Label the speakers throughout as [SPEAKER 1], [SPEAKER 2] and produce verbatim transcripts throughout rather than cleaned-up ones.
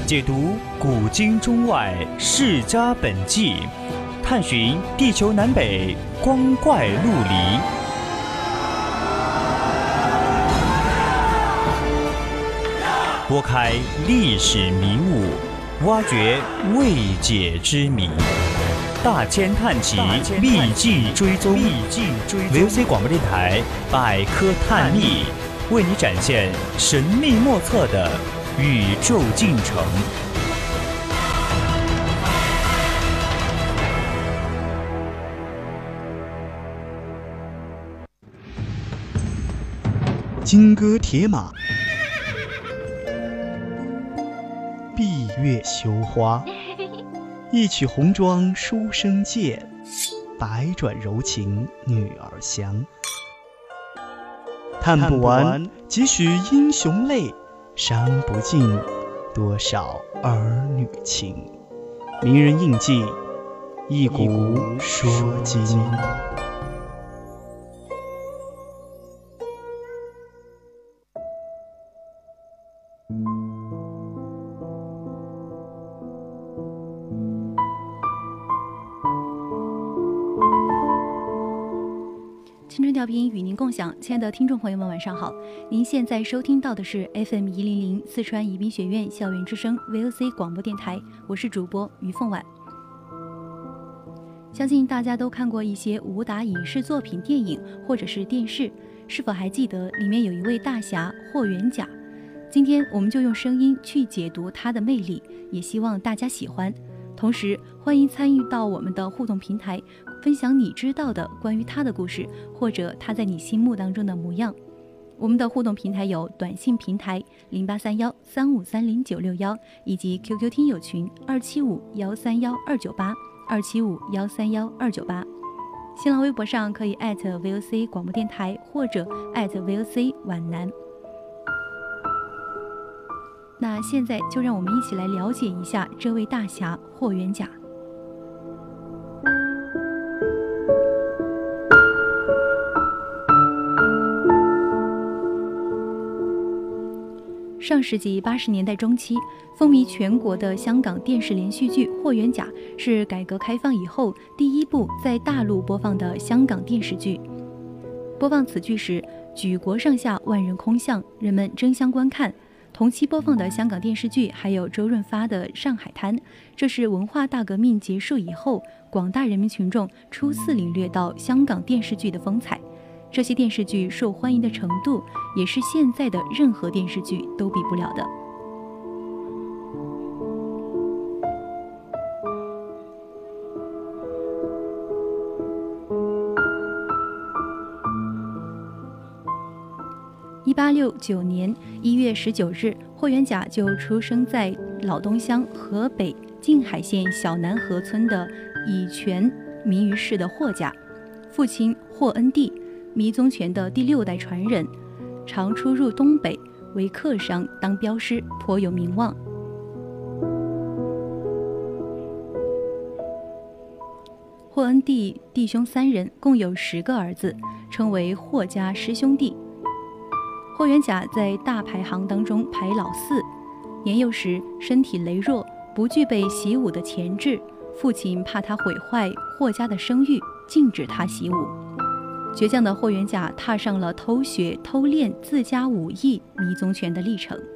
[SPEAKER 1] 解读古今中外世家本纪，探寻地球南北光怪陆离。拨开历史迷雾，挖掘未解之谜。大千探奇，秘境追踪。V O C 广播电台百科探秘，为你展现神秘莫测的宇宙进程。
[SPEAKER 2] 金戈铁马，闭月羞花，一曲红妆书生剑，百转柔情女儿香。叹不完几许英雄泪，伤不尽多少儿女情。名人印记，一古说今。
[SPEAKER 3] 青春调频与您共享，亲爱的听众朋友们，晚上好！您现在收听到的是 F M 一零零四川宜宾学院校园之声 V O C 广播电台，我是主播于凤婉。相信大家都看过一些武打影视作品、电影或者是电视，是否还记得里面有一位大侠霍元甲？今天我们就用声音去解读他的魅力，也希望大家喜欢。同时欢迎参与到我们的互动平台，分享你知道的关于他的故事，或者他在你心目当中的模样。我们的互动平台有短信平台零八三幺三五三零九六幺，以及 Q Q 听友群二七五幺三幺二九八二七五幺三幺二九八。新浪微博上可以艾特 V O C 广播电台，或者艾特 V O C 皖南。那现在就让我们一起来了解一下这位大侠霍元甲。上世纪八十年代中期，风靡全国的香港电视连续剧《霍元甲》是改革开放以后第一部在大陆播放的香港电视剧。播放此剧时，举国上下万人空巷，人们争相观看。同期播放的香港电视剧还有周润发的《上海滩》，这是文化大革命结束以后，广大人民群众初次领略到香港电视剧的风采。这些电视剧受欢迎的程度，也是现在的任何电视剧都比不了的。一八六九年一月十九日，霍元甲就出生在老东乡河北静海县小南河村的以权名于世的霍家。父亲霍恩弟，迷宗权的第六代传人，常出入东北为客商当镖师，颇有名望。霍恩弟弟兄三人，共有十个儿子，称为霍家十兄弟。霍元甲在大排行当中排老四，年幼时身体羸弱，不具备习武的潜质，父亲怕他毁坏霍家的声誉，禁止他习武。倔强的霍元甲踏上了偷学偷练自家武艺迷宗权的历程。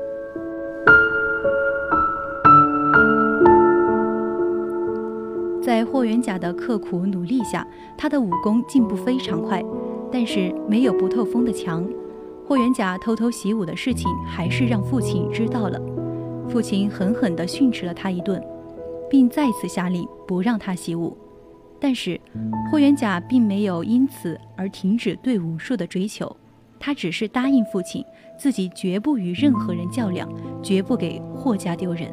[SPEAKER 3] 在霍元甲的刻苦努力下，他的武功进步非常快，但是没有不透风的墙。霍元甲偷偷习武的事情还是让父亲知道了，父亲狠狠地训斥了他一顿，并再次下令不让他习武。但是霍元甲并没有因此而停止对武术的追求，他只是答应父亲，自己绝不与任何人较量，绝不给霍家丢人。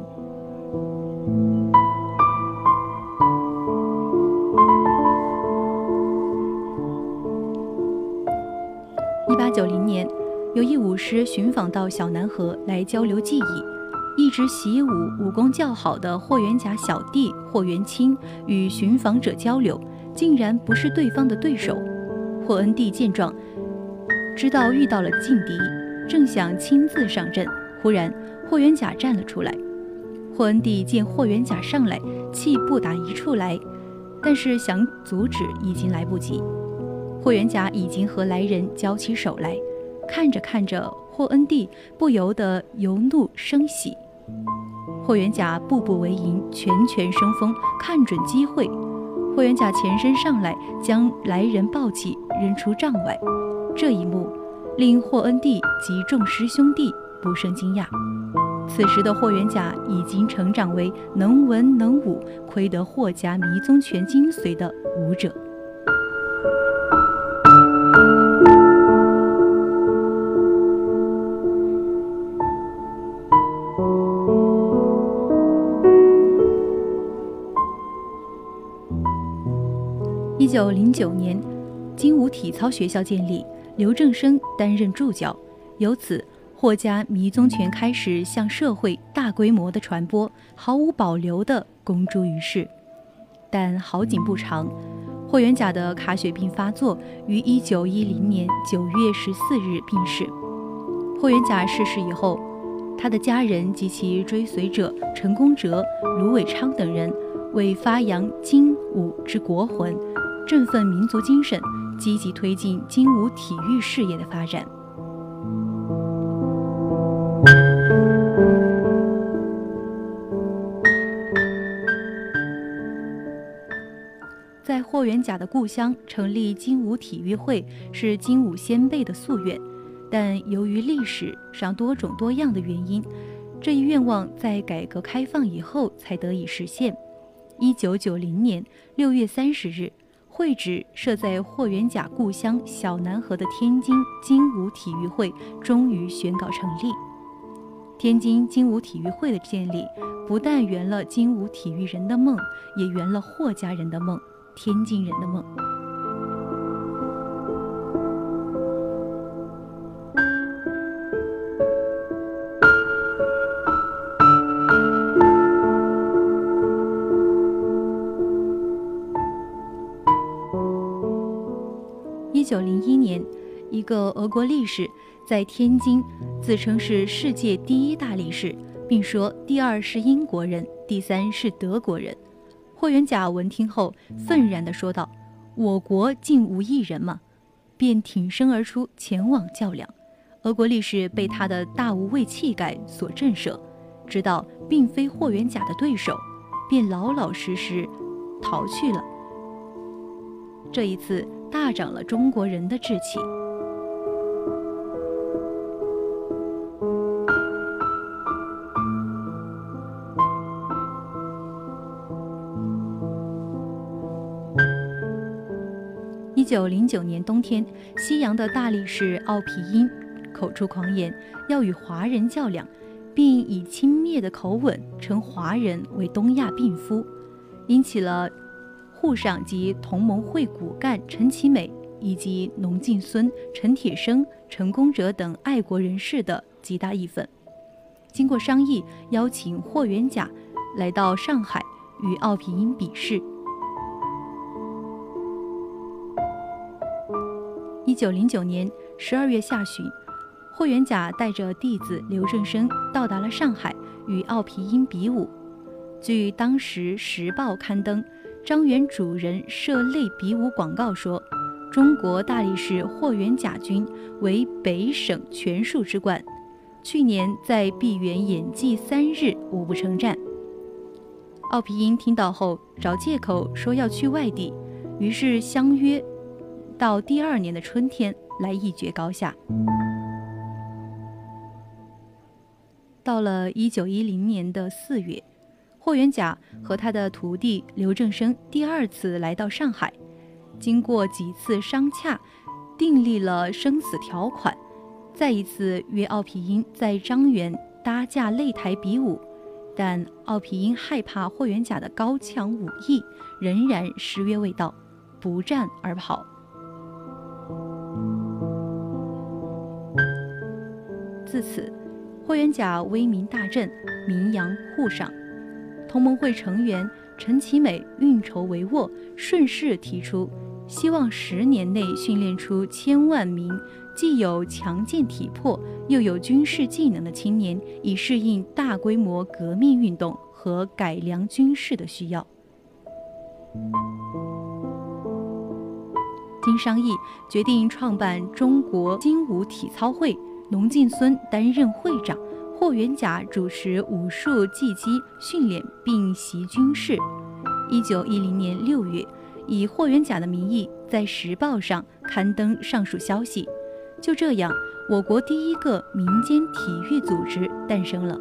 [SPEAKER 3] 一八九零年，有一武师寻访到小南河来交流技艺，一直习武武功较好的霍元甲小弟霍元清与寻访者交流，竟然不是对方的对手。霍恩弟见状，知道遇到了劲敌，正想亲自上阵，忽然霍元甲站了出来， 霍恩帝见霍元甲上来，气不打一处来，但是想阻止已经来不及。霍元甲已经和来人交起手来，看着看着，霍恩帝不由得由怒生喜。霍元甲步步为营，拳拳生风，看准机会，霍元甲前身上来，将来人抱起，扔出帐外。这一幕令霍恩帝及众师兄弟不胜惊讶。此时的霍元甲已经成长为能文能武、窥得霍家迷踪拳精髓的武者。一九零九年，精武体操学校建立，刘正声担任助教，由此霍家迷踪拳开始向社会大规模的传播，毫无保留地公诸于世。但好景不长，霍元甲的卡血病发作，于一九一零年九月十四日病逝。霍元甲逝世以后，他的家人及其追随者陈公哲、卢伟昌等人为发扬精武之国魂，振奋民族精神，积极推进精武体育事业的发展。在霍元甲的故乡成立精武体育会是精武先辈的夙愿，但由于历史上多种多样的原因，这一愿望在改革开放以后才得以实现。一九九零年六月三十日，会址设在霍元甲故乡小南河的天津精武体育会终于宣告成立。天津精武体育会的建立，不但圆了精武体育人的梦，也圆了霍家人的梦，天津人的梦。一九零一年，一个俄国力士在天津自称是世界第一大力士，并说第二是英国人，第三是德国人。霍元甲闻听后愤然地说道：“我国竟无一人吗？”便挺身而出，前往较量。俄国力士被他的大无畏气概所震慑，知道并非霍元甲的对手，便老老实实逃去了。这一次大长了中国人的志气。一九零九年冬天，西洋的大力士奥皮音口出狂言，要与华人较量，并以轻蔑的口吻称华人为东亚病夫，引起了沪上及同盟会骨干陈其美以及农敬孙、陈铁生、陈公哲等爱国人士的极大义愤。经过商议，邀请霍元甲来到上海与奥皮音比试。一九零九年十二月下旬，霍元甲带着弟子刘正声到达了上海，与奥皮音比武。据当时《时报》刊登，张元主人设类比武广告说，中国大力士霍元甲军为北省拳术之冠，去年在碧园演技三日，无不称战。奥皮音听到后找借口说要去外地，于是相约到第二年的春天来一决高下。到了一九一零年的四月，霍元甲和他的徒弟刘正声第二次来到上海，经过几次商洽，订立了生死条款，再一次约奥皮音在张园搭架擂台比武，但奥皮音害怕霍元甲的高强武艺，仍然失约未到，不战而跑。自此，霍元甲威名大振，名扬沪上。同盟会成员陈其美运筹帷幄，顺势提出希望十年内训练出千万名既有强健体魄又有军事技能的青年，以适应大规模革命运动和改良军事的需要。经商议，决定创办中国精武体操会，龙敬孙担任会长，霍元甲主持武术技击训练并习军事。一九一零年六月，以霍元甲的名义在《时报》上刊登上述消息。就这样，我国第一个民间体育组织诞生了。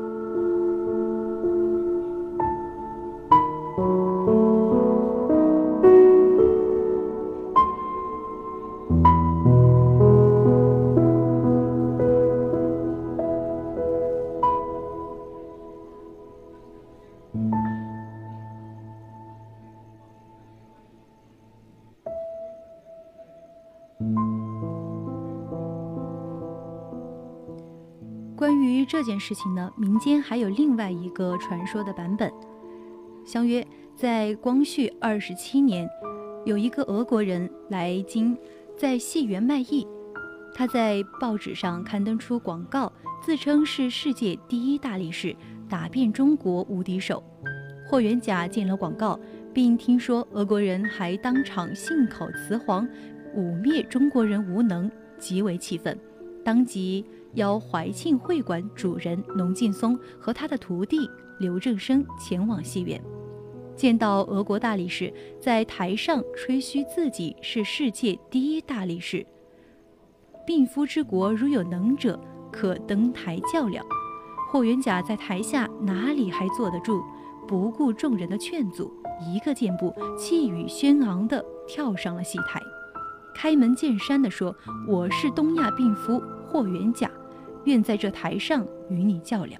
[SPEAKER 3] 关于这件事情呢，民间还有另外一个传说的版本。相约在光绪二十七年，有一个俄国人来京，在戏园卖艺。他在报纸上刊登出广告，自称是世界第一大力士，打遍中国无敌手。霍元甲见了广告，并听说俄国人还当场信口雌黄，污蔑中国人无能，极为气愤，当即邀怀庆会馆主人龙劲松和他的徒弟刘正声前往戏园。见到俄国大力士在台上吹嘘自己是世界第一大力士，病夫之国如有能者，可登台较量。霍元甲在台下哪里还坐得住，不顾众人的劝阻，一个箭步，气宇轩昂地跳上了戏台，开门见山地说：“我是东亚病夫霍元甲，愿在这台上与你较量。”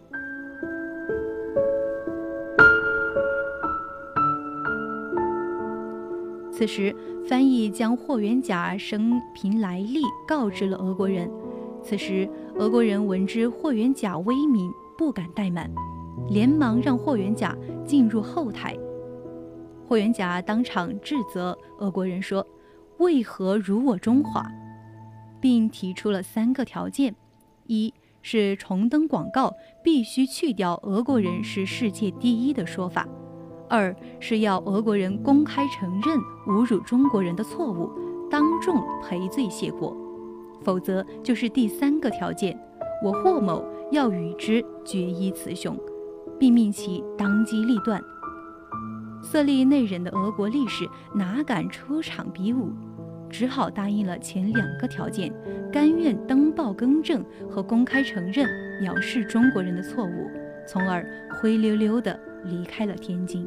[SPEAKER 3] 此时，翻译将霍元甲生平来历告知了俄国人。此时，俄国人闻知霍元甲威名，不敢怠慢，连忙让霍元甲进入后台。霍元甲当场质责俄国人说：“为何辱我中华？”并提出了三个条件：一是重登广告，必须去掉俄国人是世界第一的说法；二是要俄国人公开承认侮辱中国人的错误，当众赔罪谢过；否则就是第三个条件，我霍某要与之决一雌雄，并命其当机立断。色厉内荏的俄国力士哪敢出场比武，只好答应了前两个条件，甘愿登报更正和公开承认藐视中国人的错误，从而灰溜溜地离开了天津。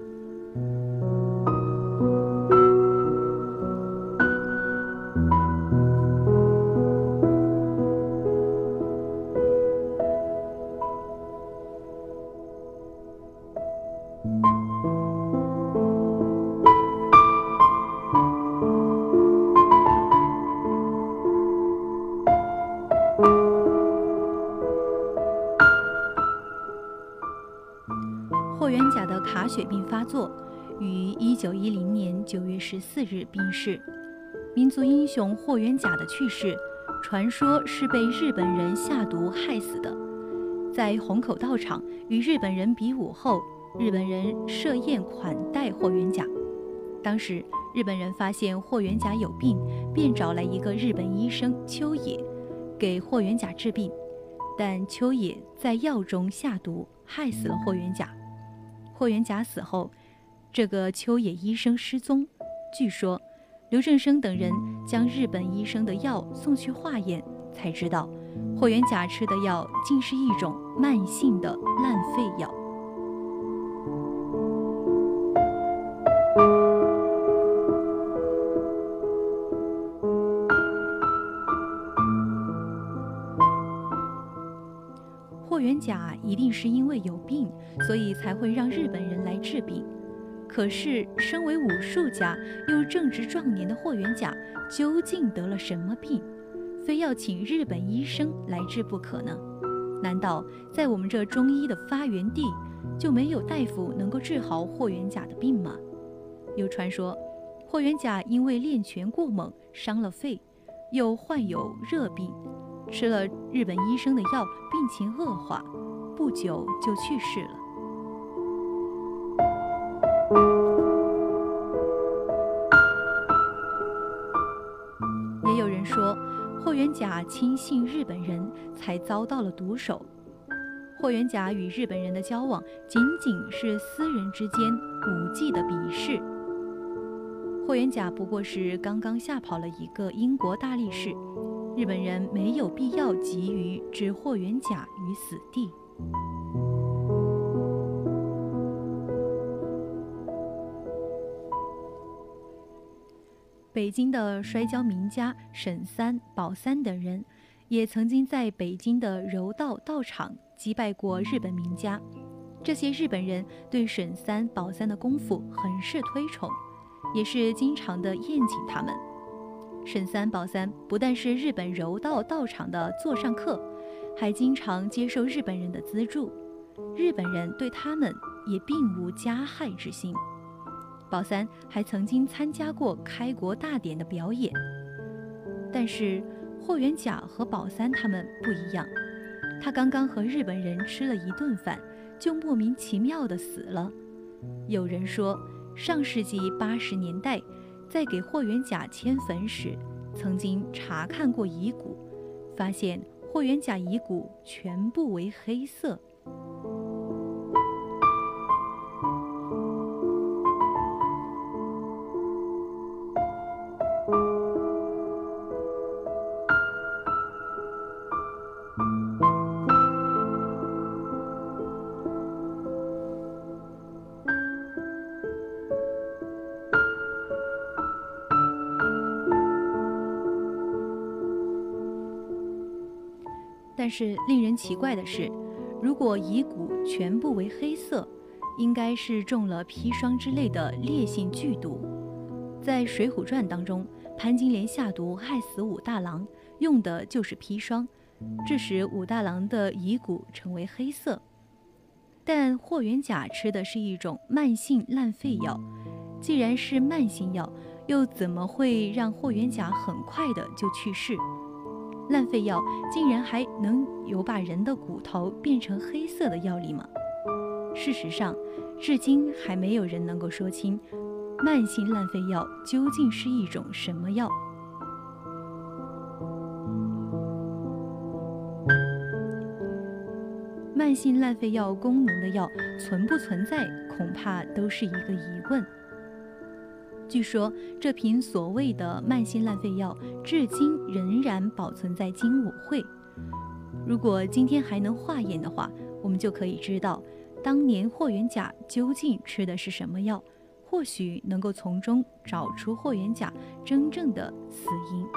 [SPEAKER 3] 霍元甲的卡血病发作，于一九一零年九月十四日病逝。民族英雄霍元甲的去世，传说是被日本人下毒害死的。在虹口道场与日本人比武后，日本人设宴款待霍元甲。当时日本人发现霍元甲有病，便找来一个日本医生秋野，给霍元甲治病。但秋野在药中下毒，害死了霍元甲。霍元甲死后，这个秋野医生失踪。据说刘正声等人将日本医生的药送去化验，才知道霍元甲吃的药竟是一种慢性的烂肺药。霍元甲一定是因为有病，所以才会让日本人来治病。可是身为武术家又正值壮年的霍元甲究竟得了什么病，非要请日本医生来治不可呢？难道在我们这中医的发源地就没有大夫能够治好霍元甲的病吗？有传说霍元甲因为练拳过猛伤了肺， 又患有热病，吃了日本医生的药，病情恶化，不久就去世了。也有人说，霍元甲轻信日本人，才遭到了毒手。霍元甲与日本人的交往仅仅是私人之间武技的比试。霍元甲不过是刚刚吓跑了一个英国大力士，日本人没有必要急于置霍元甲于死地。北京的摔跤名家沈三、宝三等人，也曾经在北京的柔道道场击败过日本名家。这些日本人对沈三、宝三的功夫很是推崇，也是经常的宴请他们。沈三、宝三不但是日本柔道道场的座上客，还经常接受日本人的资助，日本人对他们也并无加害之心。宝三还曾经参加过开国大典的表演。但是霍元甲和宝三他们不一样，他刚刚和日本人吃了一顿饭，就莫名其妙的死了。有人说，上世纪八十年代，在给霍元甲迁坟时，曾经查看过遗骨，发现霍元甲遗骨全部为黑色。但是令人奇怪的是，如果遗骨全部为黑色，应该是中了砒霜之类的烈性剧毒。在《水浒传》当中，潘金莲下毒害死武大郎，用的就是砒霜，致使武大郎的遗骨成为黑色。但霍元甲吃的是一种慢性烂肺药，既然是慢性药，又怎么会让霍元甲很快的就去世？烂肺药竟然还能有把人的骨头变成黑色的药力吗？事实上，至今还没有人能够说清慢性烂肺药究竟是一种什么药。慢性烂肺药功能的药存不存在，恐怕都是一个疑问。据说这瓶所谓的慢性烂肺药至今仍然保存在精武会。如果今天还能化验的话，我们就可以知道当年霍元甲究竟吃的是什么药，或许能够从中找出霍元甲真正的死因。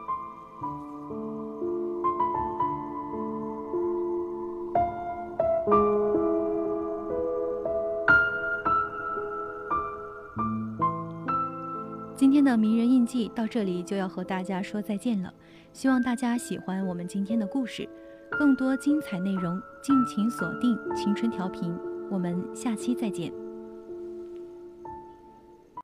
[SPEAKER 3] 今天的名人印记到这里就要和大家说再见了，希望大家喜欢我们今天的故事，更多精彩内容敬请锁定青春调频，我们下期再见。